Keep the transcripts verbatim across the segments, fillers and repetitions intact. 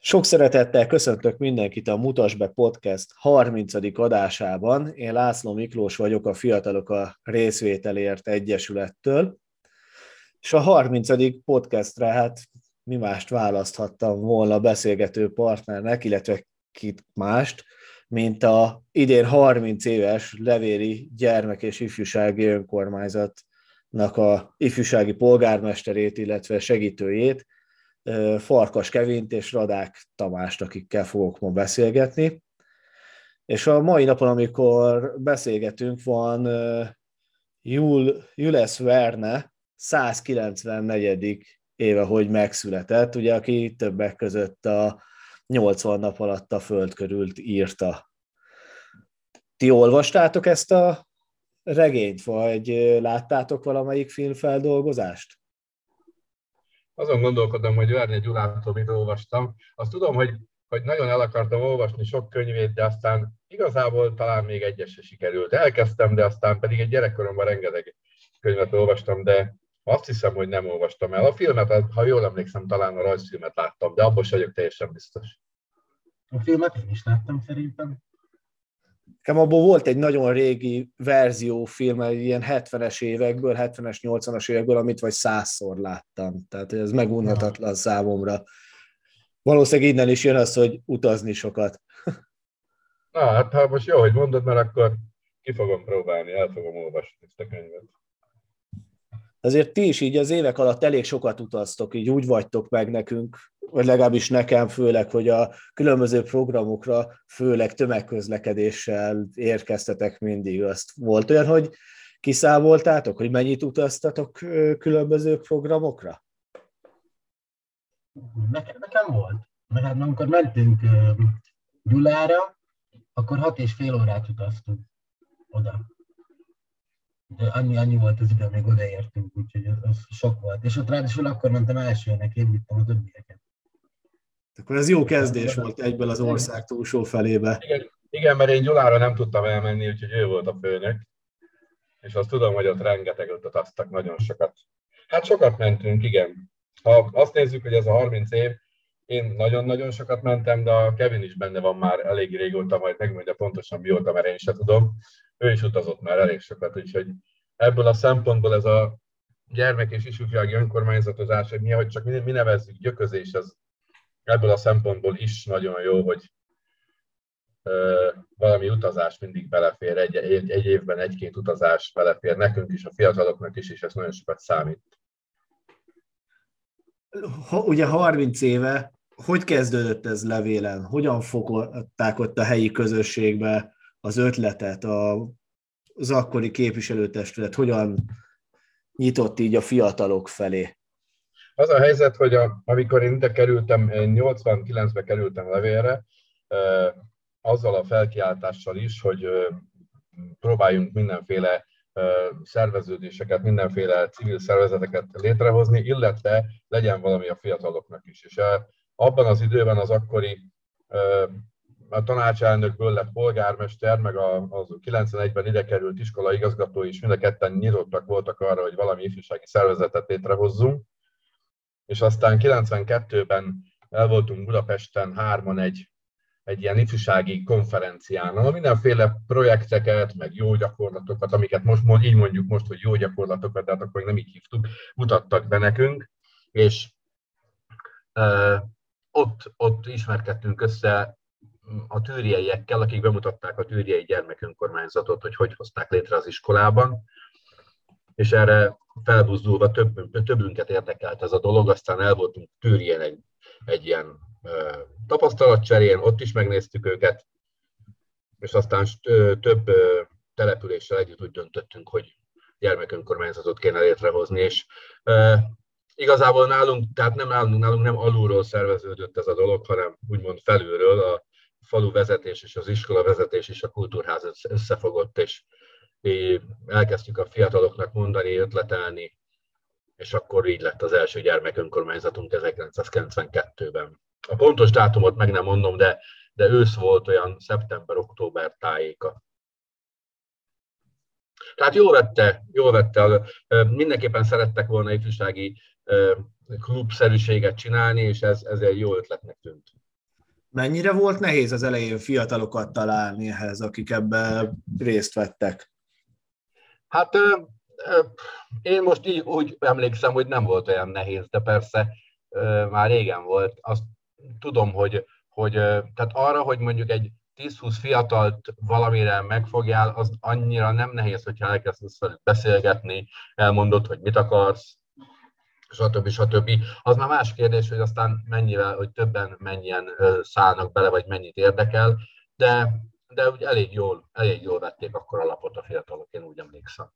Sok szeretettel köszöntök mindenkit a Mutasd be Podcast harmincadik adásában. Én László Miklós vagyok, a Fiatalok a Részvételért Egyesülettől, és a harmincadik podcastre hát mi mást választhattam volna beszélgető partnernek, illetve kit mást, mint a idén harminc éves Levéri Gyermek- és Ifjúsági Önkormányzatnak a ifjúsági polgármesterét, illetve segítőjét, Farkas Kevint és Radák Tamást, akikkel fogok ma beszélgetni. És a mai napon, amikor beszélgetünk, van Jul, Jules Verne százkilencvennegyedik éve, hogy megszületett, ugye, aki többek között a nyolcvan nap alatt a föld körült írta. Ti olvastátok ezt a regényt, vagy láttátok valamelyik filmfeldolgozást? Azon gondolkodom, hogy Verne Gyulától mit olvastam. Azt tudom, hogy, hogy nagyon el akartam olvasni sok könyvét, de aztán igazából talán még egyes se sikerült. Elkezdtem, de aztán pedig egy gyerekkoromban rengeteg könyvet olvastam, de azt hiszem, hogy nem olvastam el. A filmet, ha jól emlékszem, talán a rajzfilmet láttam, de abban sem vagyok teljesen biztos. A filmet én is láttam szerintem. Nekem abból volt egy nagyon régi verziófilm, egy ilyen hetvenes évekből, hetvenes, nyolcvanas évekből, amit vagy százszor láttam. Tehát ez megunhatatlan számomra. Valószínűleg innen is jön az, hogy utazni sokat. Na, hát ha most jó, hogy mondod, mert akkor ki fogom próbálni, el fogom olvasni ezt a könyvet. Azért ti is így az évek alatt elég sokat utaztok, így úgy vagytok meg nekünk, vagy legalábbis nekem főleg, hogy a különböző programokra főleg tömegközlekedéssel érkeztetek mindig. Azt volt olyan, hogy kiszámoltátok, hogy mennyit utaztatok különböző programokra? Nekem, nekem volt. Mert hát amikor mentünk Gyulára, akkor hat és fél órát utaztunk oda. De annyi, annyi volt az idő, amíg odaértünk, úgyhogy az, az sok volt. És ott ráadásul akkor mentem elsőnek, én vittem a többieket. Akkor ez jó kezdés volt egyből az ország túlsó felébe. Igen, igen, mert én Gyulára nem tudtam elmenni, úgyhogy ő volt a főnök. És azt tudom, hogy ott rengeteg utaztak, nagyon sokat. Hát sokat mentünk, igen. Ha azt nézzük, hogy ez a harminc év, én nagyon-nagyon sokat mentem, de a Kevin is benne van már elég régóta, majd megmondja pontosan mióta, mert én sem tudom. Ő is utazott már elég sokat, úgyhogy ebből a szempontból ez a gyermek- és ifjúsági önkormányzatozás, hogy mi, hogy csak mi nevezzük gyöközés, az ebből a szempontból is nagyon jó, hogy ö, valami utazás mindig belefér, egy, egy, egy évben egy-két utazás belefér, nekünk is, a fiataloknak is, és ez nagyon sokat számít. Ugye harminc éve, hogy kezdődött ez Levélen? Hogyan fogadták ott a helyi közösségbe az ötletet, a, az akkori képviselőtestület, hogyan nyitott így a fiatalok felé? Az a helyzet, hogy a, amikor én ide kerültem, én nyolcvankilencben kerültem Levélre, azzal a felkiáltással is, hogy próbáljunk mindenféle szerveződéseket, mindenféle civil szervezeteket létrehozni, illetve legyen valami a fiataloknak is. És abban az időben az akkori a tanácselnökből lett polgármester, meg az kilencvenegyben ide került iskolaigazgató is, mind a ketten nyitottak voltak arra, hogy valami ifjúsági szervezetet létrehozzunk. És aztán kilencvenkettőben el voltunk Budapesten hárman egy, egy ilyen ifjúsági konferencián, ahol mindenféle projekteket, meg jó gyakorlatokat, amiket most így mondjuk most, hogy jó gyakorlatokat, tehát akkor nem így hívtuk, mutattak be nekünk, és e, ott, ott ismerkedtünk össze a tűrjeiekkel, akik bemutatták a tűrjei gyermekönkormányzatot, hogy hogy hozták létre az iskolában, és erre felbuzdulva több, többünket érdekelt ez a dolog, aztán el voltunk Tűrjén egy, egy ilyen ö, tapasztalatcserén, ott is megnéztük őket, és aztán ö, több ö, településsel együtt úgy döntöttünk, hogy gyermekönkormányzatot kéne létrehozni, és ö, igazából nálunk, tehát nem nálunk, nálunk nem alulról szerveződött ez a dolog, hanem úgymond felülről a falu vezetés és az iskola vezetés és a kultúrház összefogott, és elkezdtük a fiataloknak mondani, ötletelni, és akkor így lett az első gyermekönkormányzatunk ezerkilencszázkilencvenkettőben. A pontos dátumot meg nem mondom, de, de ősz volt, olyan szeptember-október tájéka. Tehát jól vette, jól vette, mindenképpen szerettek volna ifjúsági klubszerűséget csinálni, és ez, ez egy jó ötletnek tűnt. Mennyire volt nehéz az elején fiatalokat találni ehhez, akik ebben részt vettek? Hát ö, ö, én most így úgy emlékszem, hogy nem volt olyan nehéz, de persze ö, már régen volt. Azt tudom, hogy, hogy ö, tehát arra, hogy mondjuk egy tíz-húsz fiatalt valamire megfogjál, az annyira nem nehéz, hogyha elkezdesz velük beszélgetni, elmondod, hogy mit akarsz, stb. stb. Az már más kérdés, hogy aztán mennyivel, hogy többen mennyien szállnak bele, vagy mennyit érdekel, de, de úgy elég jól, elég jól vették akkor a lapot a fiatalok, én úgy emlékszem.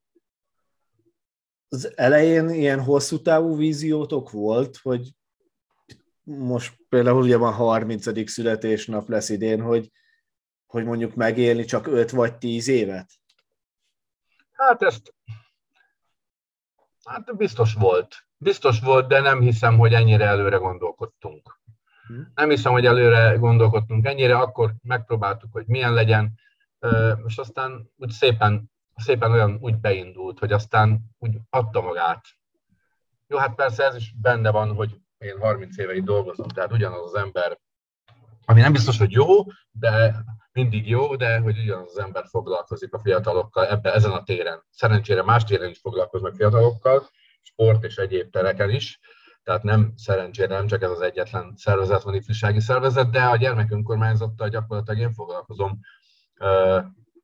Az elején ilyen hosszú távú víziótok volt, hogy most például ugye van harmincadik születésnap lesz idén, hogy, hogy mondjuk megélni csak öt vagy tíz évet? Hát ezt hát biztos volt. Biztos volt, de nem hiszem, hogy ennyire előre gondolkodtunk. Nem hiszem, hogy előre gondolkodtunk ennyire, akkor megpróbáltuk, hogy milyen legyen, és aztán úgy szépen, szépen olyan úgy beindult, hogy aztán úgy adta magát. Jó, hát persze ez is benne van, hogy én harminc éve itt dolgozom, tehát ugyanaz az ember, ami nem biztos, hogy jó, de mindig jó, de hogy ugyanaz az ember foglalkozik a fiatalokkal ebbe, ezen a téren. Szerencsére más téren is foglalkoznak fiatalokkal, sport és egyéb tereken is, tehát nem szerencsére nem csak ez az egyetlen szervezet van, ifjúsági szervezet, de a gyermekönkormányzattal gyakorlatilag én foglalkozom ö,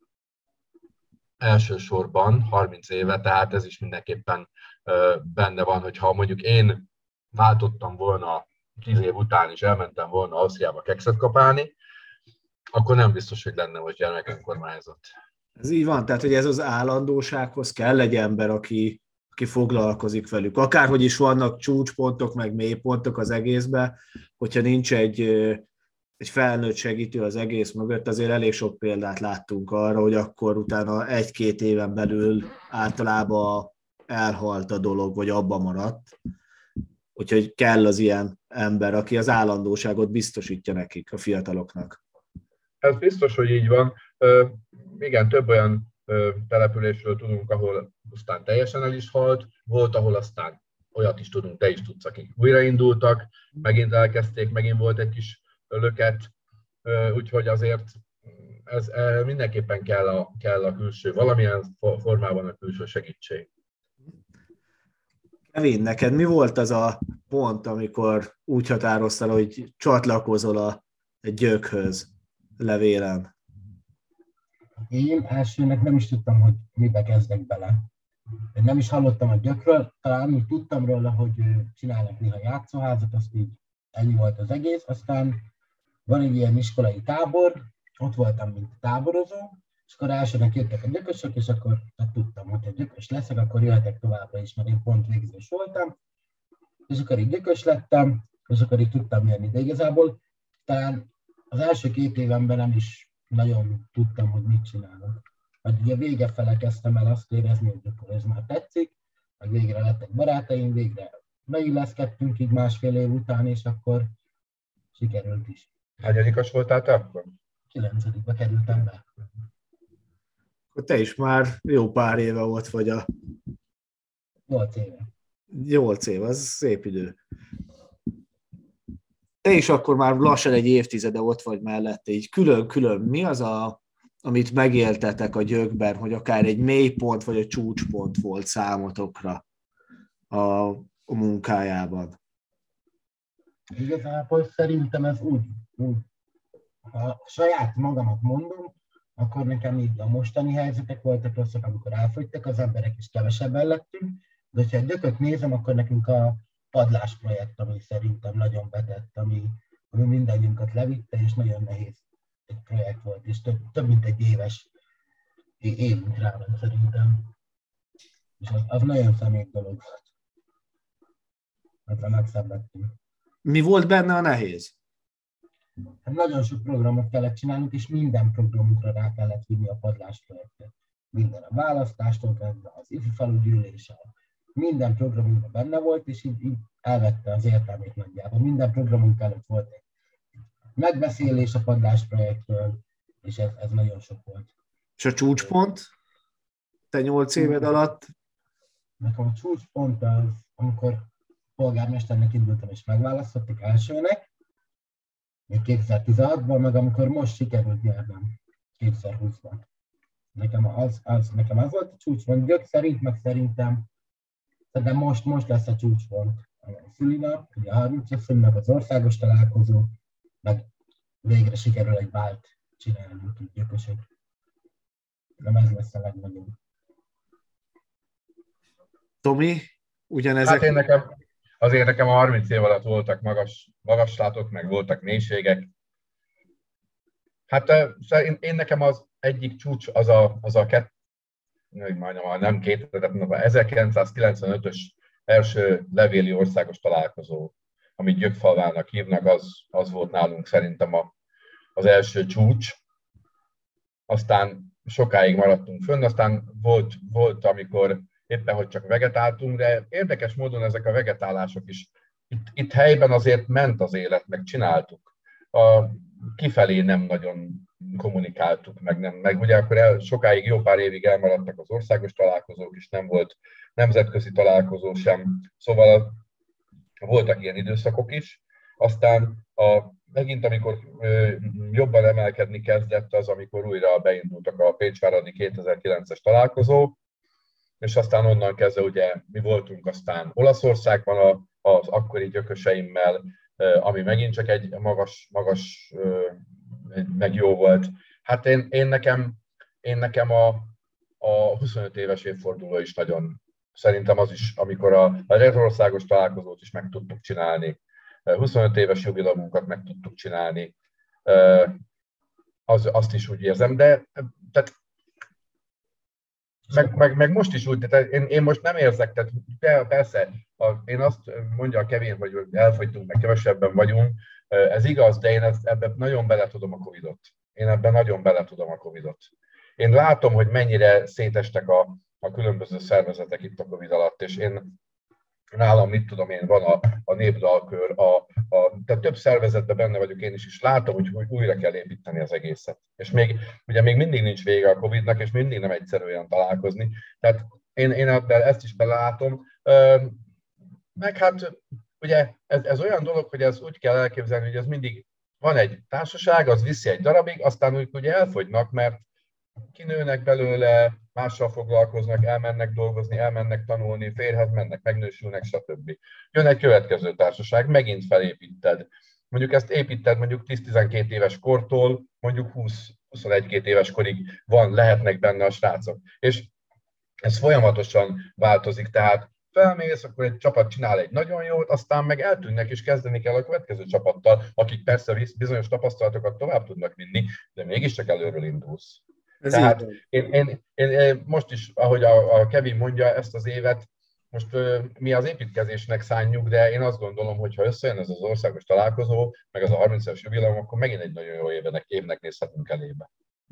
elsősorban harminc éve, tehát ez is mindenképpen ö, benne van, hogyha mondjuk én váltottam volna tíz év után is elmentem volna Ausztriába kekszet kapálni, akkor nem biztos, hogy lenne most gyermekönkormányzat. Ez így van, tehát hogy ez az állandósághoz kell egy ember, aki, aki foglalkozik velük. Akárhogy is vannak csúcspontok, meg mélypontok az egészben, hogyha nincs egy, egy felnőtt segítő az egész mögött, azért elég sok példát láttunk arra, hogy akkor utána egy-két éven belül általában elhalt a dolog, vagy abba maradt. Úgyhogy kell az ilyen ember, aki az állandóságot biztosítja nekik, a fiataloknak. Ez biztos, hogy így van. Igen, több olyan településről tudunk, ahol aztán teljesen el is halt, volt, ahol aztán olyat is tudunk, te is tudsz, akik újraindultak, megint elkezdték, megint volt egy kis löket, úgyhogy azért ez mindenképpen kell a, kell a külső, valamilyen formában a külső segítség. Kevin, neked mi volt az a pont, amikor úgy határoztál, hogy csatlakozol a Gyökhöz levélen? Én elsőnek nem is tudtam, hogy mibe kezdek bele. Én nem is hallottam a Gyökről, talán úgy tudtam róla, hogy csinálnak néha játszóházat, azt így ennyi volt az egész. Aztán van egy ilyen iskolai tábor, ott voltam, mint táborozó, és akkor elsőnek jöttek a gyökösök, és akkor tehát tudtam, hogy ha gyökös leszek, akkor jöhetek továbbra is, mert én pont végzős voltam. És akkor így gyökös lettem, és akkor így tudtam jönni. De igazából talán az első két évemben nem is nagyon tudtam, hogy mit csinálok. Majd ugye vége fele kezdtem el azt érezni, hogy akkor ez már tetszik, meg végre lettek barátaim, végre beilleszkedtünk így másfél év után, és akkor sikerült is. Hányadikas voltál te akkor? Kilencedikbe kerültem be. Akkor te is már jó pár éve ott vagy a... Nyolc éve. Nyolc év, az szép idő. Te is akkor már lassan egy évtizede ott vagy mellette, így külön-külön. Mi az, a, amit megéltetek a Gyökben, hogy akár egy mélypont vagy egy csúcspont volt számotokra a, a munkájában? Igazából szerintem ez úgy, úgy, ha saját magamat mondom, akkor nekem így a mostani helyzetek voltak rosszak, amikor elfogytak az emberek, és kevesebben lettünk, de ha a Gyököt nézem, akkor nekünk a padlás projekt, ami szerintem nagyon betett, ami, ami mindannyiunkat levitte, és nagyon nehéz egy projekt volt, és több, több mint egy éves évünk rá van szerintem. És az, az nagyon személy dolog volt. Ezzel megszenvedtünk. Mi volt benne a nehéz? Hát nagyon sok programot kellett csinálnunk, és minden programunkra rá kellett vinni a padlás projektet. Minden a választástól kezdve, az ifjú falugyűlés, minden programunkban benne volt, és így, így elvette az értelmét nagyjából. Minden programunk előtt volt egy megbeszélés a padlás projektről, és ez, ez nagyon sok volt. És a csúcspont? Te nyolc éved alatt? Nekem a csúcspont az, amikor polgármesternek indultam, és megválasztottak elsőnek, még kétezer-tizenhatban, meg amikor most sikerült nyernem, kétezer-húszban. Nekem az, az, nekem az volt a csúcspont, Gyök szerint, meg szerintem, de most, most lesz a csúcspont. A szülinap, ugye a harmincas szülinap, az országos találkozó, meg végre sikerül egy vált csinálni, úgyhogy Gyökösök. Nem ez lesz a legnagyobb. Tomi, ugyanezek... Hát én nekem, azért nekem a harminc év alatt voltak magas, magaslátok, meg voltak mélységek. Hát én, én nekem az egyik csúcs az a, az a kett, majdnem, nem két, de ezerkilencszázkilencvenötös első levéli országos találkozó, amit Gyökfalvának hívnak, az, az volt nálunk szerintem a, az első csúcs. Aztán sokáig maradtunk fönn, aztán volt, volt, amikor éppen, hogy csak vegetáltunk, de érdekes módon ezek a vegetálások is, itt, itt helyben azért ment az élet, meg csináltuk. A, kifelé nem nagyon kommunikáltuk, meg nem, meg ugye akkor el, sokáig, jó pár évig elmaradtak az országos találkozók is, nem volt nemzetközi találkozó sem, szóval voltak ilyen időszakok is. Aztán a, megint, amikor ö, jobban emelkedni kezdett az, amikor újra beindultak a Pécsváradi kétezer-kilences találkozó, és aztán onnan kezdve ugye mi voltunk aztán Olaszországban a, az akkori gyököseimmel, ami megint csak egy magas, magas meg jó volt. Hát én, én nekem, én nekem a, a huszonöt éves évforduló is nagyon, szerintem az is, amikor a, a országos találkozót is meg tudtuk csinálni, huszonöt éves jubileumunkat meg tudtuk csinálni, az, azt is úgy érzem, de tehát Meg, meg, meg most is úgy, tehát én, én most nem érzek, tehát de persze, a, én azt mondja a Kevin, hogy elfogytunk, meg kevesebben vagyunk, ez igaz, de én ezt, ebben nagyon bele tudom a Covidot. Én ebben nagyon bele tudom a Covidot. Én látom, hogy mennyire szétestek a, a különböző szervezetek itt a Covid alatt, és én nálam, mit tudom én, van a, a népdalkör, a, a, tehát több szervezetben benne vagyok én is, és látom, hogy újra kell építeni az egészet. És még, ugye még mindig nincs vége a Covidnak, és mindig nem egyszerű olyan találkozni. Tehát én, én ezt is belátom. Meg hát, ugye ez, ez olyan dolog, hogy ez úgy kell elképzelni, hogy ez mindig van egy társaság, az viszi egy darabig, aztán úgy ugye elfogynak, mert kinőnek belőle, mással foglalkoznak, elmennek dolgozni, elmennek tanulni, férhez mennek, megnősülnek, stb. Jön egy következő társaság, megint felépíted. Mondjuk ezt építed mondjuk tíz-tizenkét éves kortól, mondjuk húsz-huszonegy-két éves korig van, lehetnek benne a srácok. És ez folyamatosan változik, tehát felmész, akkor egy csapat csinál egy nagyon jót, aztán meg eltűnnek, és kezdeni kell a következő csapattal, akik persze bizonyos tapasztalatokat tovább tudnak vinni, de mégiscsak előről indulsz. Ez Tehát én, én, én most is, ahogy a, a Kevin mondja, ezt az évet most ö, mi az építkezésnek szánjuk, de én azt gondolom, hogy ha összejön ez az országos találkozó, meg az a harmincas jubileum, akkor megint egy nagyon jó évnek, évnek nézhetünk elébe.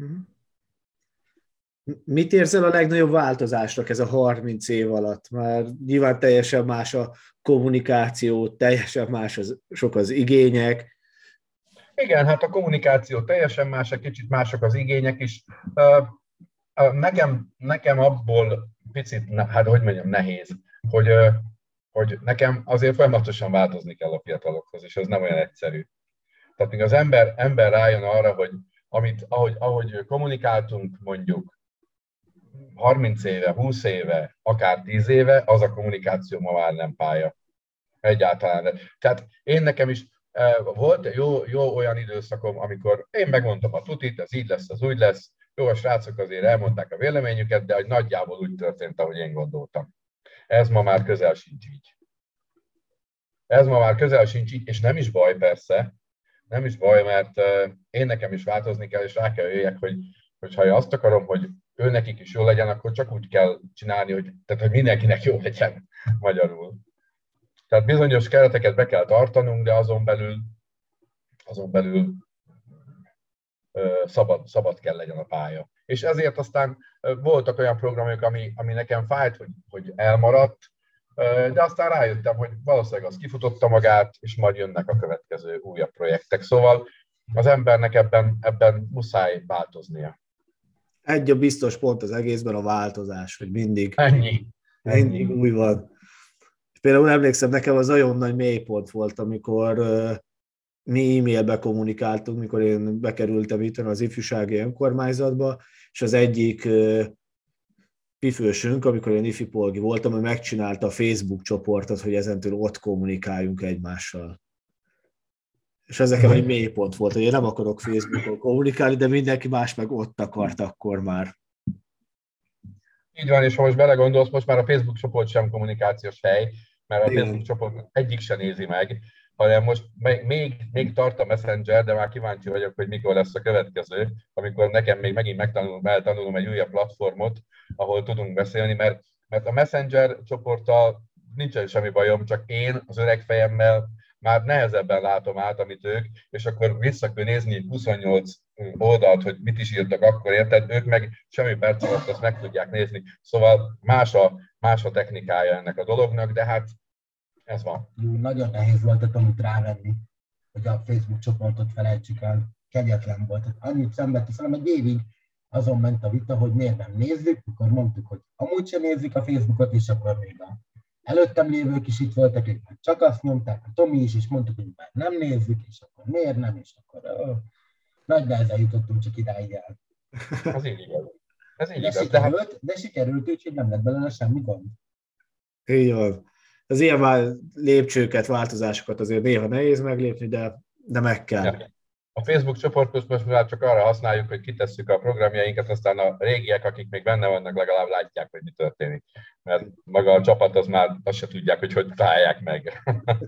Mit érzel a legnagyobb változásnak ez a harminc év alatt? Már nyilván teljesen más a kommunikáció, teljesen más az, sok az igények. Igen, hát a kommunikáció teljesen más, egy kicsit mások az igények is. Nekem, nekem abból picit, hát hogy mondjam, nehéz, hogy, hogy nekem azért folyamatosan változni kell a fiatalokhoz, és ez nem olyan egyszerű. Tehát még az ember, ember rájön arra, hogy amit, ahogy, ahogy kommunikáltunk mondjuk harminc éve, húsz éve, akár tíz éve, az a kommunikáció ma már nem pálya. Egyáltalán. Tehát én nekem is volt jó, jó olyan időszakom, amikor én megmondtam a tutit, ez így lesz, az úgy lesz, jó, a srácok azért elmondták a véleményüket, de hogy nagyjából úgy történt, ahogy én gondoltam. Ez ma már közel sincs így. Ez ma már közel sincs így, és nem is baj persze, nem is baj, mert én nekem is változni kell, és rá kell jöjjek, hogy, hogy ha én azt akarom, hogy ő nekik is jó legyen, akkor csak úgy kell csinálni, hogy, tehát, hogy mindenkinek jó legyen magyarul. Tehát bizonyos kereteket be kell tartanunk, de azon belül, azon belül ö, szabad, szabad kell legyen a pálya. És ezért aztán ö, voltak olyan programok, ami, ami nekem fájt, hogy, hogy elmaradt, ö, de aztán rájöttem, hogy valószínűleg az kifutotta magát, és majd jönnek a következő újabb projektek. Szóval az embernek ebben, ebben muszáj változnia. Egy a biztos pont az egészben a változás, hogy mindig, Ennyi. mindig új van. Például emlékszem, nekem az nagyon nagy mélypont volt, amikor mi e-mailbe kommunikáltunk, mikor én bekerültem itt az ifjúsági önkormányzatba, és az egyik pifősünk, amikor én ifipolgi voltam, hogy megcsinálta a Facebook csoportot, hogy ezentől ott kommunikáljunk egymással. És ez nekem egy mélypont volt, hogy én nem akarok Facebookon kommunikálni, de mindenki más meg ott akart akkor már. Így van, és ha most belegondolsz, most már a Facebook csoport sem kommunikációs hely, mert a Igen. Facebook csoport egyik sem nézi meg, hanem most még, még tart a Messenger, de már kíváncsi vagyok, hogy mikor lesz a következő, amikor nekem még megint megtanulom, eltanulom egy újabb platformot, ahol tudunk beszélni, mert, mert a Messenger csoporttal nincsen semmi bajom, csak én az öreg fejemmel már nehezebben látom át, amit ők, és akkor vissza kell nézni huszonnyolc oldalt, hogy mit is írtak akkor, érted? Ők meg semmi perc alatt azt meg tudják nézni. Szóval más a, más a technikája ennek a dolognak, de hát ez van. Nagyon nehéz volt a Tomit rávenni, hogy a Facebook csoportot felejtsük el. Kegyetlen volt. Annyit szenvedtünk, szerintem egy évig azon ment a vita, hogy miért nem nézzük, akkor mondtuk, hogy amúgy sem nézzük a Facebookot, és akkor még a előttem lévők is itt voltak, ők csak azt mondták, a Tomi is, és mondtuk, hogy már nem nézzük, és akkor miért nem, és akkor oh, nagy nehezen jutottunk csak idáig el. Az így igaz. Ez így de, igaz. sikerült, De, hát... de sikerült, úgyhogy nem lett belőle semmi gond. Így van. Az ilyen lépcsőket, változásokat azért néha nehéz meglépni, de, de meg kell. Ja. A Facebook csoportot most már csak arra használjuk, hogy kitesszük a programjainkat, aztán a régiek, akik még benne vannak, legalább látják, hogy mi történik. Mert maga a csapat az már azt se tudják, hogy hogy találják meg.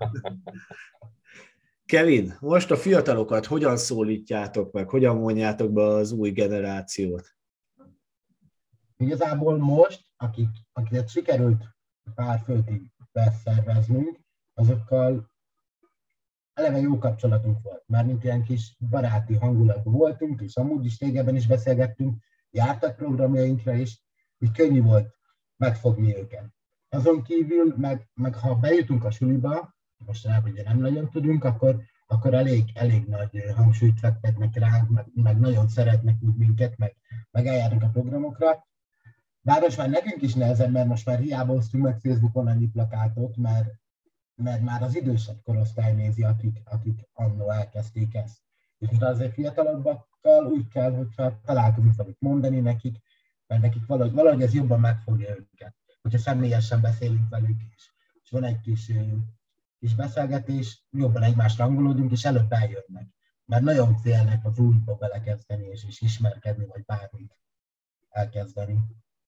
Kevin, most a fiatalokat hogyan szólítjátok meg, hogyan vonjátok be az új generációt? Igazából most, akik, akiket sikerült pár főtig beszerveznünk, azokkal eleve jó kapcsolatunk volt, mármint ilyen kis baráti hangulatú voltunk, és amúgy is régebben is beszélgettünk, jártak programjainkra is, így könnyű volt megfogni őket. Azon kívül, meg, meg ha bejutunk a suliba, mostanában ugye nem nagyon tudunk, akkor, akkor elég, elég nagy hangsúlyt fektetnek ránk, meg, meg nagyon szeretnek úgy minket, meg, meg eljárnak a programokra. Bár most már nekünk is nehezebb, mert most már hiába osztunk meg Facebookon annyi plakátot, mert mert már az idősebb korosztály nézi, akik, akik annó elkezdték ezt. És most azért fiatalabbakkal úgy kell, hogyha találkozunk valamit mondani nekik, mert nekik valahogy, valahogy ez jobban megfogja őket, hogyha személyesen beszélünk velük is. És van egy kis, kis beszélgetés, jobban egymásra hangolódunk, és előbb eljönnek. Mert nagyon félnek az újba belekezdeni, és, és ismerkedni, vagy bármit elkezdeni.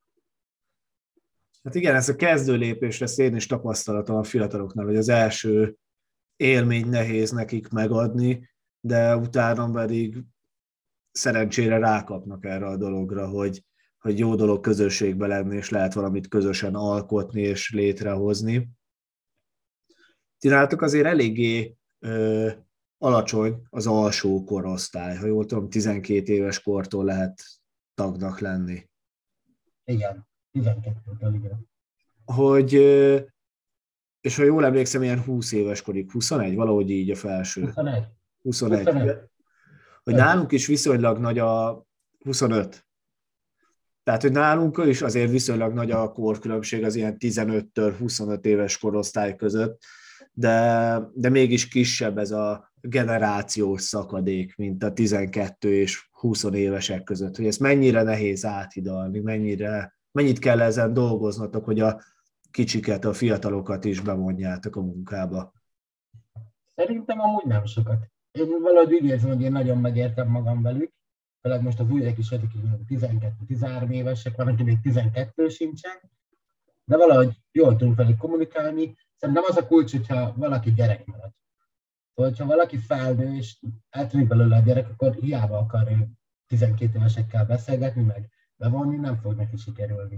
Hát igen, ez a kezdő lépésre én is tapasztalatom a fiataloknál, hogy az első élmény nehéz nekik megadni, de utána pedig szerencsére rákapnak erre a dologra, hogy, hogy jó dolog közösségbe lenni, és lehet valamit közösen alkotni és létrehozni. Ti nálatok azért eléggé ö, alacsony az alsó korosztály, ha jól tudom, tizenkét éves kortól lehet tagnak lenni. Igen. tizenkettőtől, igen. Hogy, és ha jól emlékszem, ilyen húsz éves korig, huszonegy, valahogy így a felső. huszonegy. huszonegy. huszonegy. Hogy nálunk is viszonylag nagy a huszonöt. Tehát, hogy nálunk is azért viszonylag nagy a korkülönbség az ilyen tizenöttől huszonöt éves korosztály között, de, de mégis kisebb ez a generációs szakadék, mint a tizenkettő és húsz évesek között. Hogy ezt mennyire nehéz áthidalni, mennyire Mennyit kell ezen dolgoznatok, hogy a kicsiket, a fiatalokat is bevonjátok a munkába? Szerintem amúgy nem sokat. Én valahogy úgy érzem, hogy én nagyon megértem magam velük. Főleg most az újak is akik tizenkettő-tizenhárom évesek van, aki még tizenkettő sincsen. De valahogy jól tudunk velük kommunikálni. Szerintem az a kulcs, hogyha valaki gyerek marad. Szóval, ha valaki felnő, és eltűnik belőle a gyerek, akkor hiába akar ő tizenkét évesekkel beszélgetni, meg bevonni, nem fog neki sikerülni.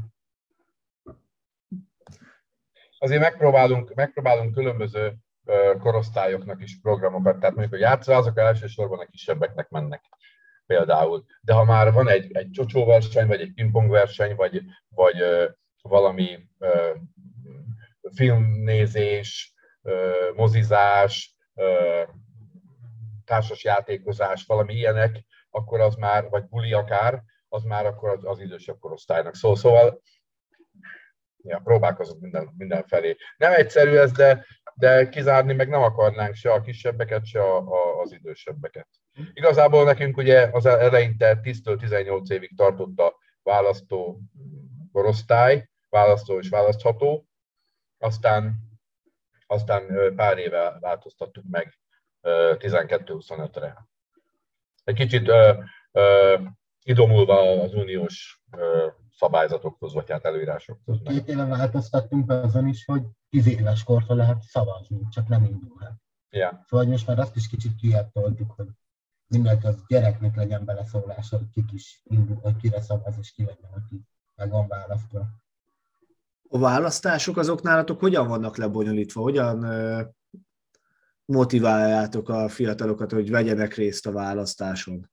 Azért megpróbálunk, megpróbálunk különböző korosztályoknak is programokat, tehát mondjuk a játszva, azok elsősorban a kisebbeknek mennek például. De ha már van egy, egy csocsóverseny, vagy egy pingpongverseny, vagy, vagy ö, valami ö, filmnézés, ö, mozizás, ö, társasjátékozás, valami ilyenek, akkor az már, vagy buli akár, az már akkor az, az idősebb korosztálynak szól. Szóval ja, próbálkozunk minden, mindenfelé. Nem egyszerű ez, de, de kizárni meg nem akarnánk se a kisebbeket, se a, a, az idősebbeket. Igazából nekünk ugye az eleinte tíztől tizennyolc évig tartott a választó korosztály, választó és választható, aztán, aztán pár éve változtattuk meg tizenkettő huszonötre. Egy kicsit ö, ö, idomulva az uniós ö, szabályzatokhoz, vagy hát előírásokhoz. Két éve változtattunk azon is, hogy tíz éves kortól lehet szavazni, csak nem indulhat. Yeah. Szóval most már azt is kicsit kiebb toltuk, hogy mindenki az gyereknek legyen beleszólása, hogy kik is indul, hogy kire szavaz, és ki legyen, aki meg van választva. A választások azok nálatok hogyan vannak lebonyolítva? Hogyan ö, motiváljátok a fiatalokat, hogy vegyenek részt a választáson?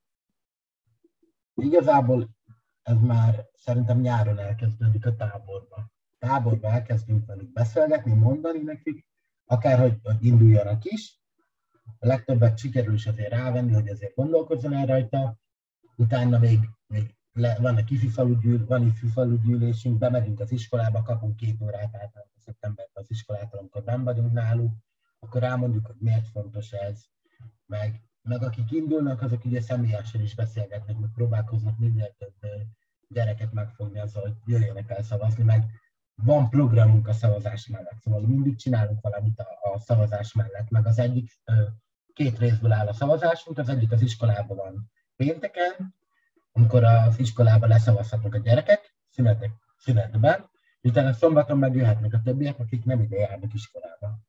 Igazából ez már szerintem nyáron elkezdődik a táborba. Táborba elkezdünk velük beszélgetni, mondani nekik, akárhogy hogy induljanak is. A legtöbbet sikerül is azért rávenni, hogy azért gondolkozzon el rajta. Utána még, még le, van a kififalúgyűl, van ifjúfalúgyűlésünk, bemegyünk az iskolába, kapunk két órát általában szeptemberben az iskolától, amikor nem vagyunk náluk, akkor elmondjuk, hogy miért fontos ez, meg, meg akik indulnak, azok ugye személyesen is beszélgetnek, meg próbálkoznak minél több gyereket megfogni azzal, hogy jöjjenek el szavazni, meg van programunk a szavazás mellett, szóval mindig csinálunk valamit a, a szavazás mellett, meg az egyik két részből áll a szavazásunk, az egyik az iskolában van pénteken, amikor az iskolában leszavazhatnak a gyerekek, szünetek, szünetben, utána szombaton megjöhetnek a többiek, akik nem ide járnak iskolába.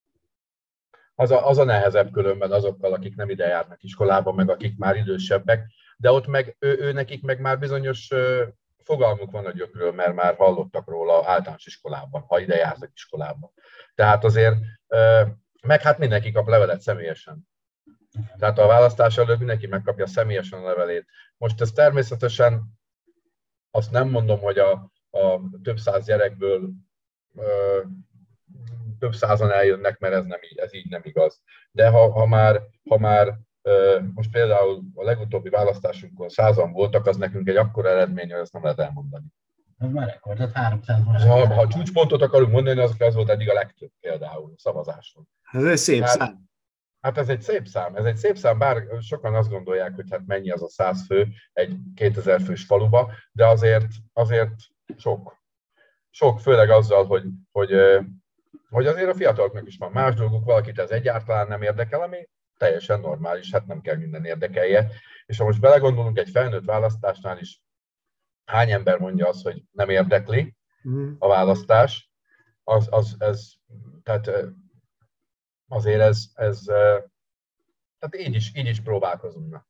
Az a, az a nehezebb különben azokkal, akik nem ide járnak iskolába, meg akik már idősebbek, de ott meg ő, ő nekik meg már bizonyos ö, fogalmuk van a gyökről, mert már hallottak róla általános iskolában, ha ide jártak iskolába. Tehát azért, ö, meg hát mindenki kap levelet személyesen. Tehát a választás előtt mindenki megkapja személyesen a levelét. Most ez természetesen, azt nem mondom, hogy a, a több száz gyerekből ö, több százan eljönnek, mert ez, nem így, ez így nem igaz. De ha, ha már, ha már ö, most például a legutóbbi választásunkon százan voltak, az nekünk egy akkora eredmény, hogy ezt nem lehet elmondani. Ez már rekord, tehát háromszáz van. Ha, ha csúcspontot akarunk mondani, az, az volt eddig a legtöbb például a szavazáson. Ez egy szép hát, szám. Hát ez egy szép szám, ez egy szép szám, bár sokan azt gondolják, hogy hát mennyi az a száz fő egy kétezer fős faluba, de azért, azért sok. Sok, főleg azzal, hogy, hogy, hogy azért a fiataloknak is van más dolguk, valakit ez egyáltalán nem érdekel, ami teljesen normális, hát nem kell minden érdekelje. És ha most belegondolunk egy felnőtt választásnál is, hány ember mondja azt, hogy nem érdekli a választás, az, az ez, tehát azért ez, ez tehát így is, így is próbálkozunk.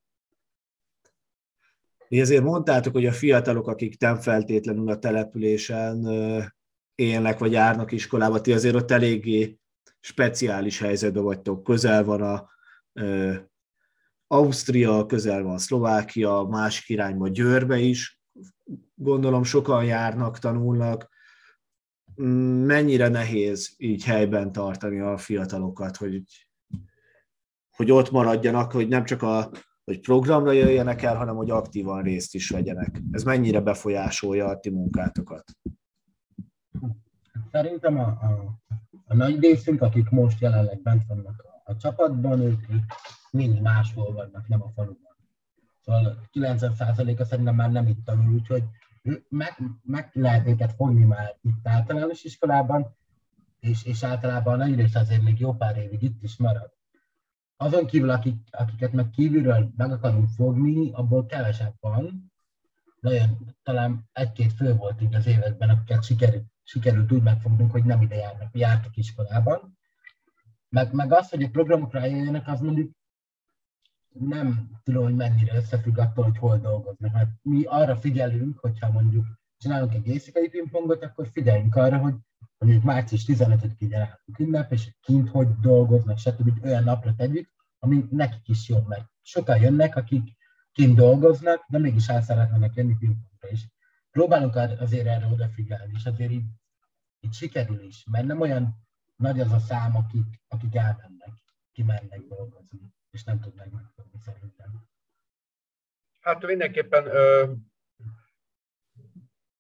Mi azért mondtátok, hogy a fiatalok, akik nem feltétlenül a településen élnek, vagy járnak iskolába, ti azért ott eléggé speciális helyzetben vagytok. Közel van a ö, Ausztria, közel van Szlovákia, másik irányba Győrbe is. Gondolom sokan járnak, tanulnak. Mennyire nehéz így helyben tartani a fiatalokat, hogy, hogy ott maradjanak, hogy nem csak a hogy programra jöjjenek el, hanem hogy aktívan részt is vegyenek. Ez mennyire befolyásolja a ti munkátokat? Szerintem a, a, a nagy részünk, akik most jelenleg bent vannak a, a csapatban, ők mind máshol vannak, nem a faluban. Szóval kilencven százaléka szerintem már nem itt tanul, úgyhogy meg, meg lehet őket fogni már itt általános iskolában, és, és általában a nagy rész azért még jó pár évig itt is marad. Azon kívül, akik, akiket meg kívülről meg akarunk fogni, abból kevesebb van. Nagyon, talán egy-két fő volt így az években, akiket sikerült, sikerült úgy megfognunk, hogy nem ide járnak, jártak iskolában. Meg, meg az, hogy a programokra jöjjenek, az mondjuk nem tudom, hogy mennyire összefügg attól, hogy hol dolgoznak. Mert mi arra figyelünk, hogyha mondjuk csinálunk egy éjszakai pingpongot, akkor figyeljünk arra, hogy mondjuk március tizenötödikén járunk ünnep, és kint hogy dolgoznak, stb. Olyan napra tegyük, ami nekik is jobb, mert sokan jönnek, akik kint dolgoznak, de mégis el szeretnének jönni pingpongra is. Próbálunk azért erre odafigyelni, és azért így, így sikerül is, mert nem olyan nagy az a szám, akik, akik elmennek, kimennek dolgozni, és nem tudnak megfogni szerintem. Hát mindenképpen ö,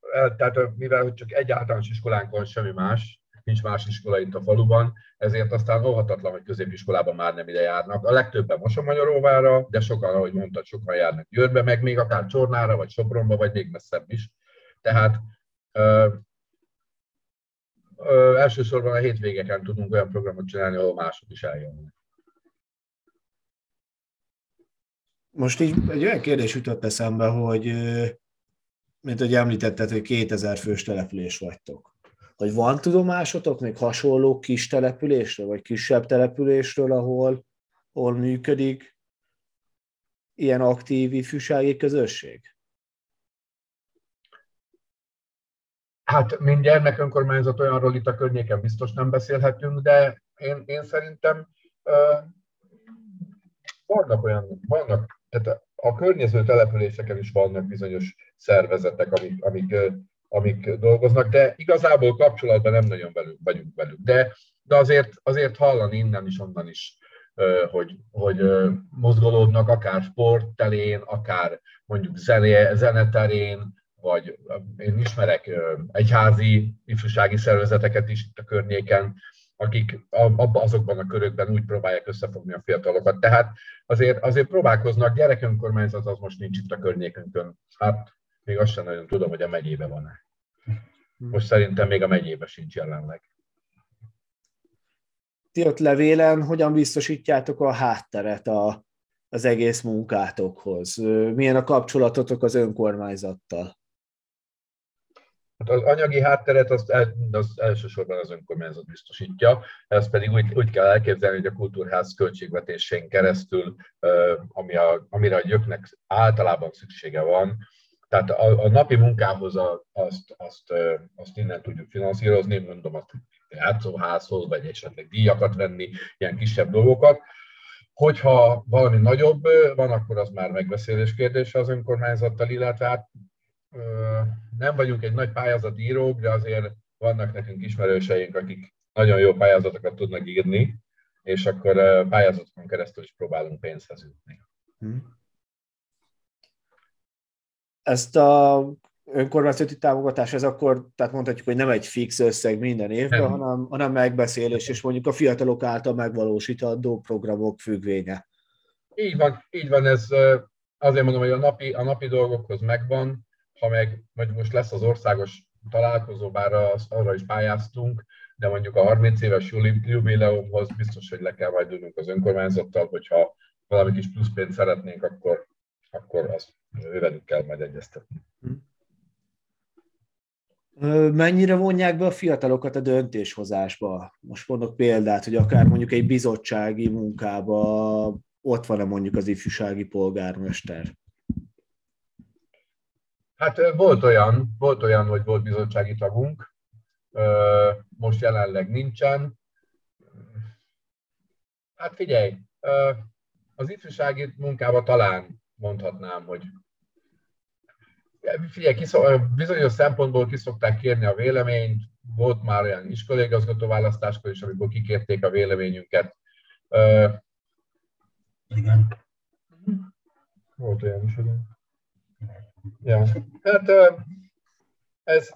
tehát mivel hogy csak egy általános iskolánk van, semmi más, nincs más iskola itt a faluban, ezért aztán óhatatlan, hogy középiskolában már nem ide járnak. A legtöbben Mosonmagyaróvára, de sokan, ahogy mondtad, sokan járnak Győrbe, meg még akár Csornára, vagy Sopronba, vagy még messzebb is. Tehát ö, ö, elsősorban a hétvégeken tudunk olyan programot csinálni, ahol mások is eljönnek. Most így egy olyan kérdés jutott eszembe, hogy mint hogy említetted, hogy kétezer fős település vagytok. Hogy van tudomásotok még hasonló kis településről, vagy kisebb településről, ahol, ahol működik ilyen aktív ifjúsági közösség? Hát, mint gyermekönkormányzat olyanról itt a környéken biztos nem beszélhetünk, de én, én szerintem uh, vannak olyan, vannak, tehát a környező településeken is vannak bizonyos szervezetek, amik, amik, amik dolgoznak, de igazából kapcsolatban nem nagyon velük, vagyunk velük. De, de azért, azért hallani innen is, onnan is, hogy, hogy mozgolódnak akár sportterén, akár mondjuk zené, zeneterén, vagy én ismerek egyházi ifjúsági szervezeteket is itt a környéken, akik azokban a körökben úgy próbálják összefogni a fiatalokat. Tehát azért, azért próbálkoznak, gyerekönkormányzat az most nincs itt a környékünkön. Hát még azt sem nagyon tudom, hogy a megyében van-e. Most szerintem még a megyében sincs jelenleg. Ti ott Levélen hogyan biztosítjátok a hátteret a, az egész munkátokhoz? Milyen a kapcsolatotok az önkormányzattal? Az anyagi hátteret az, az elsősorban az önkormányzat biztosítja, ezt pedig úgy, úgy kell elképzelni, hogy a kultúrház költségvetésén keresztül, ami a, amire a gyöknek általában szüksége van, tehát a, a napi munkához a, azt, azt, azt innen tudjuk finanszírozni, mondom azt, hogy játszóházhoz, vagy esetleg díjakat venni, ilyen kisebb dolgokat. Hogyha valami nagyobb van, akkor az már megbeszélés kérdése az önkormányzattal, illetve hát nem vagyunk egy nagy pályázati írók, de azért vannak nekünk ismerőseink, akik nagyon jó pályázatokat tudnak írni, és akkor pályázatokon keresztül is próbálunk pénzhez jutni. Ezt a önkormányzati támogatás, ez akkor, tehát mondhatjuk, hogy nem egy fix összeg minden évben, hanem, hanem megbeszélés, és mondjuk a fiatalok által megvalósítandó programok függvénye. Így van, így van, ez azért mondom, hogy a napi, a napi dolgokhoz megvan, ha meg vagy most lesz az országos találkozó, bár az, arra is pályáztunk, de mondjuk a harminc éves jubileumhoz biztos, hogy le kell majd ülnünk az önkormányzattal, hogyha valami kis plusz pénzt szeretnénk, akkor, akkor azt ővelük kell majd egyeztetni. Mennyire vonják be a fiatalokat a döntéshozásba? Most mondok példát, hogy akár mondjuk egy bizottsági munkába ott van-e mondjuk az ifjúsági polgármester? Hát volt olyan, volt olyan, hogy volt bizottsági tagunk, most jelenleg nincsen. Hát figyelj, az ifjúsági munkában talán mondhatnám, hogy figyelj, kiszok, bizonyos szempontból ki szokták kérni a véleményt, volt már olyan iskolaigazgató választáskor is, amikor kikérték a véleményünket. Igen. Volt olyan is, ugye? Ja, hát ez...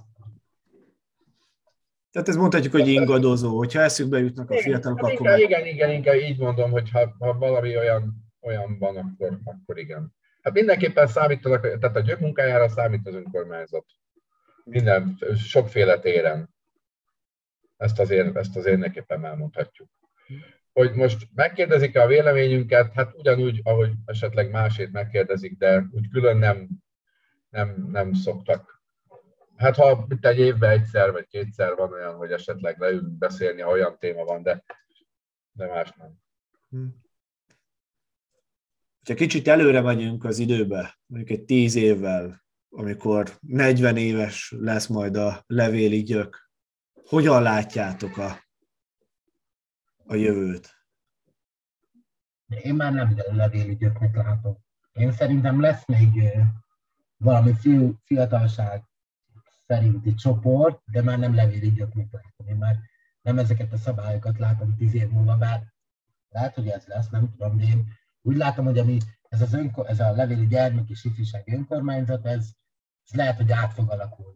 Tehát ez mondhatjuk, hogy ingadozó, hogyha eszükbe jutnak a fiatalok, igen, akkor... Igen, igen, igen, így mondom, hogy ha, ha valami olyan, olyan van, akkor, akkor igen. Hát mindenképpen számítanak, tehát a gyök munkájára számít az önkormányzat. Minden, sokféle téren. Ezt azért, ezt azért mindenképpen elmondhatjuk. Hogy most megkérdezik-e a véleményünket, hát ugyanúgy, ahogy esetleg másét megkérdezik, de úgy külön nem, nem, nem szoktak. Hát ha itt egy évben egyszer vagy kétszer van olyan, hogy esetleg leülünk beszélni, ha olyan téma van, de, de más nem. Ha kicsit előre megyünk az időbe, mondjuk egy tíz évvel, amikor negyven éves lesz majd a levéli gyök, hogyan látjátok a, a jövőt? Én már nem levéli gyöknek látom. Én szerintem lesz még valami fiú, fiatalság szerinti csoport, de már nem levéli gyöknek látom. Én már nem ezeket a szabályokat látom tíz év múlva, bár lehet, hogy ez lesz, nem tudom, de én úgy látom, hogy ami, ez, az önkor, ez a levéli gyermek és ifjúsági önkormányzat, ez, ez lehet, hogy át fog alakulni.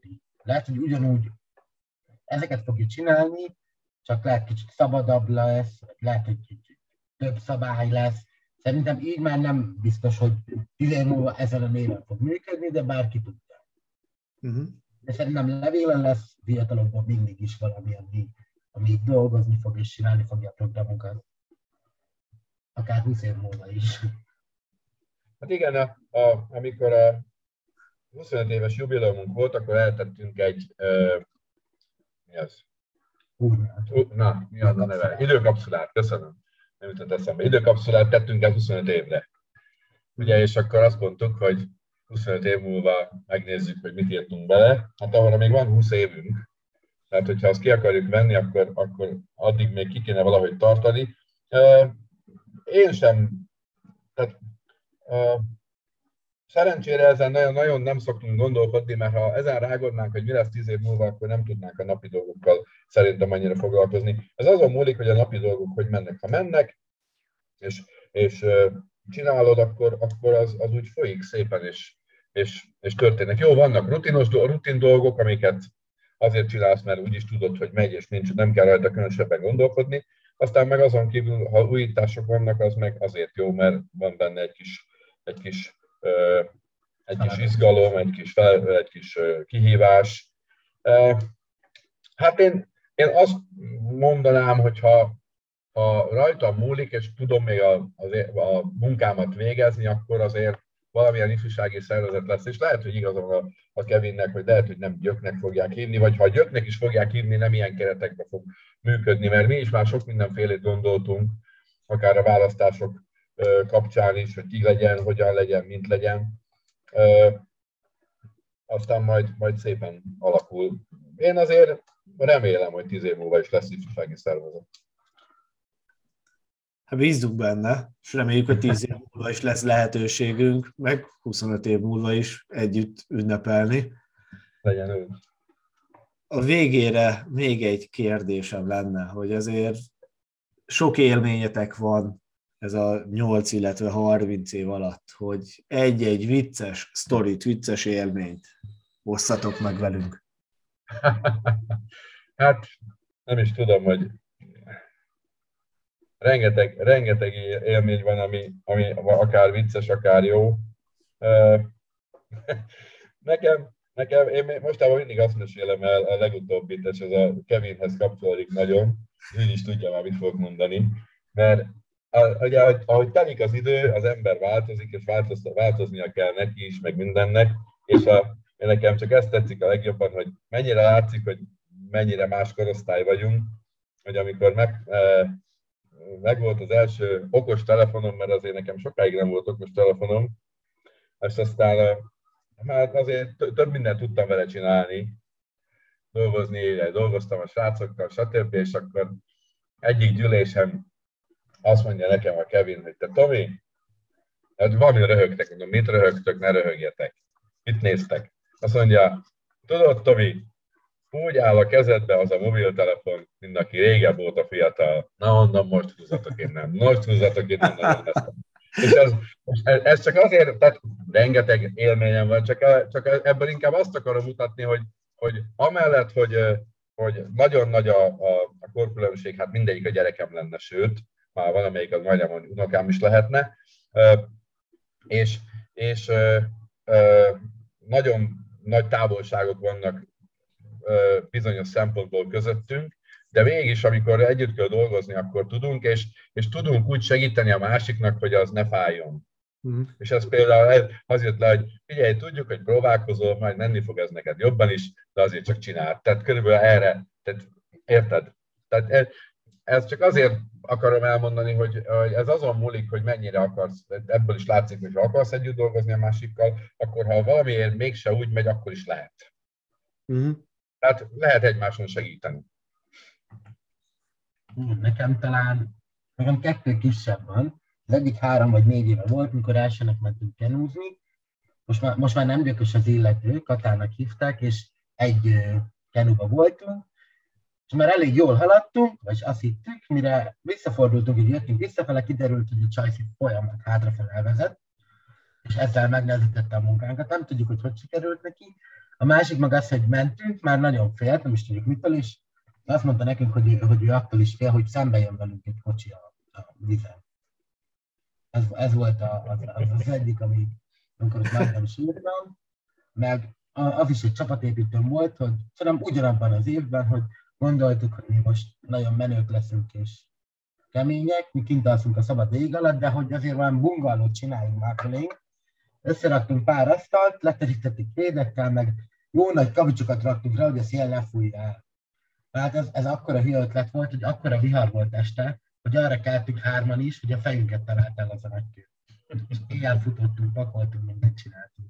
lehet, hogy ugyanúgy ezeket fogja csinálni, csak lehet kicsit szabadabb lesz, lehet, hogy több szabály lesz. Szerintem így már nem biztos, hogy tíz év múlva ezen a néven fog működni, de bárki tudja. Uh-huh. De szerintem levélen lesz fiatalokban mindig is valami, ami, ami dolgozni fog és csinálni fogja a programokat. Akár húsz év múlva is. Hát igen, a, a, amikor a huszonöt éves jubileumunk volt, akkor eltettünk egy, uh, mi az? Uh, na, mi az a neve? Időkapszulát, köszönöm. Nem jutott eszembe. Időkapszulát tettünk el huszonöt évre. Ugye, és akkor azt mondtuk, hogy huszonöt év múlva megnézzük, hogy mit írtunk bele. Hát arra még van húsz évünk. Tehát, hogyha azt ki akarjuk venni, akkor, akkor addig még ki kéne valahogy tartani. Uh, én sem, tehát uh, szerencsére ezen nagyon-nagyon nem szoktunk gondolkodni, mert ha ezen rágodnánk, hogy mi lesz tíz év múlva, akkor nem tudnánk a napi dolgokkal szerintem annyira foglalkozni. Ez azon múlik, hogy a napi dolgok hogy mennek. Ha mennek, és, és uh, csinálod, akkor, akkor az, az úgy folyik szépen, és, és, és történnek. Jó, vannak rutinos rutin dolgok, amiket azért csinálsz, mert úgyis tudod, hogy megy, és nincs, nem kell rajta különösebben gondolkodni. Aztán meg azon kívül, ha újítások vannak, az meg azért jó, mert van benne egy kis, egy kis, uh, egy kis izgalom, egy kis, fel, egy kis uh, kihívás. Uh, hát én, én azt mondanám, hogy ha, ha rajtam múlik, és tudom még a, a, a munkámat végezni, akkor azért valamilyen ifjúsági szervezet lesz, és lehet, hogy igazam a, a Kevinnek, hogy lehet, hogy nem Gyöknek fogják hívni, vagy ha Gyöknek is fogják hívni, nem ilyen keretekben fog működni, mert mi is már sok mindenfélét gondoltunk, akár a választások kapcsán is, hogy ki legyen, hogyan legyen, mint legyen. Aztán majd, majd szépen alakul. Én azért remélem, hogy tíz év múlva is lesz ifjúsági szervezet. Hát bízzunk benne, és reméljük, hogy tíz év múlva is lesz lehetőségünk, meg huszonöt év múlva is együtt ünnepelni. Legyen úgy. A végére még egy kérdésem lenne, hogy azért sok élményetek van ez a nyolc, illetve harminc év alatt, hogy egy-egy vicces sztorit, vicces élményt osszatok meg velünk. Hát nem is tudom, hogy rengeteg, rengeteg élmény van, ami, ami akár vicces, akár jó. Nekem, nekem én mostában mindig azt mesélem el a legutóbbit, és ez a Kevinhez kapcsolódik nagyon, ő is tudja már, mit fog mondani, mert ugye, ahogy, ahogy telik az idő, az ember változik, és változ, változnia kell neki is, meg mindennek, és a, nekem csak ezt tetszik a legjobban, hogy mennyire látszik, hogy mennyire más korosztály vagyunk, hogy amikor meg, meg volt az első okos telefonom, mert azért nekem sokáig nem volt okos telefonom, és aztán hát azért több mindent tudtam vele csinálni, dolgozni, dolgoztam a srácokkal, stb. És akkor egyik gyűlésen azt mondja nekem a Kevin, hogy te Tomi, hát valami röhögtek, mondom, mit röhögtök, ne röhögjetek. Mit néztek? Azt mondja, tudod Tomi, úgy áll a kezedbe az a mobiltelefon, mint aki régebb óta fiatal. Na onnan most húzatok innen, most húzatok innen. Nagyon ezt. És ez, ez csak azért, tehát rengeteg élményem van, csak, csak ebből inkább azt akarom mutatni, hogy, hogy amellett, hogy, hogy nagyon nagy a, a, a korkülönbség, hát mindegyik a gyerekem lenne, sőt, már van, amelyik az majdnem unokám is lehetne, és, és nagyon nagy távolságok vannak bizonyos szempontból közöttünk, de mégis, amikor együtt kell dolgozni, akkor tudunk, és, és tudunk úgy segíteni a másiknak, hogy az ne fájjon. Mm. És ez például az jött le, hogy figyelj, tudjuk, hogy próbálkozol, majd menni fog ez neked jobban is, de azért csak csináld. Tehát körülbelül erre, tehát, érted? Tehát ez, ez csak azért akarom elmondani, hogy, hogy ez azon múlik, hogy mennyire akarsz, ebből is látszik, hogy ha akarsz együtt dolgozni a másikkal, akkor ha valamiért mégse úgy megy, akkor is lehet. Mm. Tehát lehet egymáson segíteni. Nekem talán, nekem kettő kisebb van. Az egyik három vagy négy éve volt, mikor elsőnek mentünk kenúzni. Most már, most már nem Gyökös az illető, Katának hívták, és egy kenúba voltunk. És már elég jól haladtunk, vagy azt hittük, mire visszafordultunk, hogy jöttünk visszafele, kiderült, hogy a csajszik folyamat hátrafele elvezet, és ezzel megnehezítette a munkánkat. Nem tudjuk, hogy hogy sikerült neki. A másik meg az, hogy mentünk, már nagyon félt, nem is tudjuk mitől is. Azt mondta nekünk, hogy, ő- hogy ő attól is fél, hogy szembe jön velünk egy kocsi a, a vizen. Ez, ez volt a, az, az, az egyik, ami, amikor ott majdnem sírtam. Meg az is egy csapatépítőm volt, hogy szerintem ugyanabban az évben, hogy gondoltuk, hogy mi most nagyon menők leszünk és kemények, mi kint alszunk a szabad ég alatt, de hogy azért valami bungalow csináljunk már felénk. Összeraktunk pár asztalt, leterítettük védekkel, meg jó nagy kavicsokat raktunk rá, hogy a szél ne fújja el. Tehát ez, ez akkora hülye ötlet volt, hogy akkora vihar volt este, hogy arra keltünk hárman is, hogy a fejünket talált el az a nagy kő. És éjjel futottunk, pakoltunk, mindent csináltunk.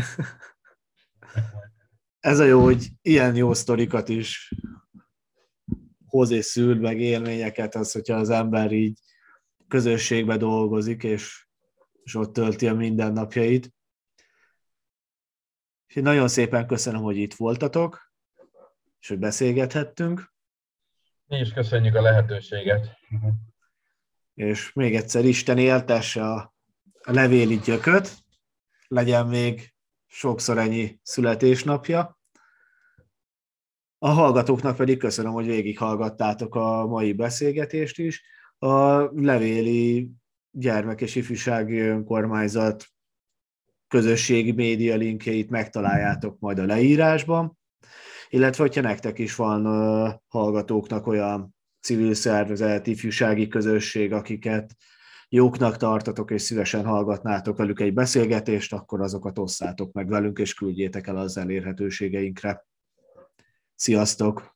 Ez a jó, hogy ilyen jó sztorikat is hoz és szül, meg élményeket, az, hogyha az ember így közösségbe dolgozik, és, és ott tölti a mindennapjait. És én nagyon szépen köszönöm, hogy itt voltatok, és hogy beszélgethettünk. Mi is köszönjük a lehetőséget. És még egyszer Isten éltesse a, a levéli gyököt, legyen még sokszor ennyi születésnapja. A hallgatóknak pedig köszönöm, hogy végighallgattátok a mai beszélgetést is. A levéli gyermek- és ifjúsági önkormányzat közösségi média linkjeit megtaláljátok majd a leírásban, illetve hogyha nektek is van uh, hallgatóknak olyan civil szervezet, ifjúsági közösség, akiket jóknak tartatok, és szívesen hallgatnátok velük egy beszélgetést, akkor azokat osszátok meg velünk, és küldjétek el az elérhetőségeinkre. Sziasztok!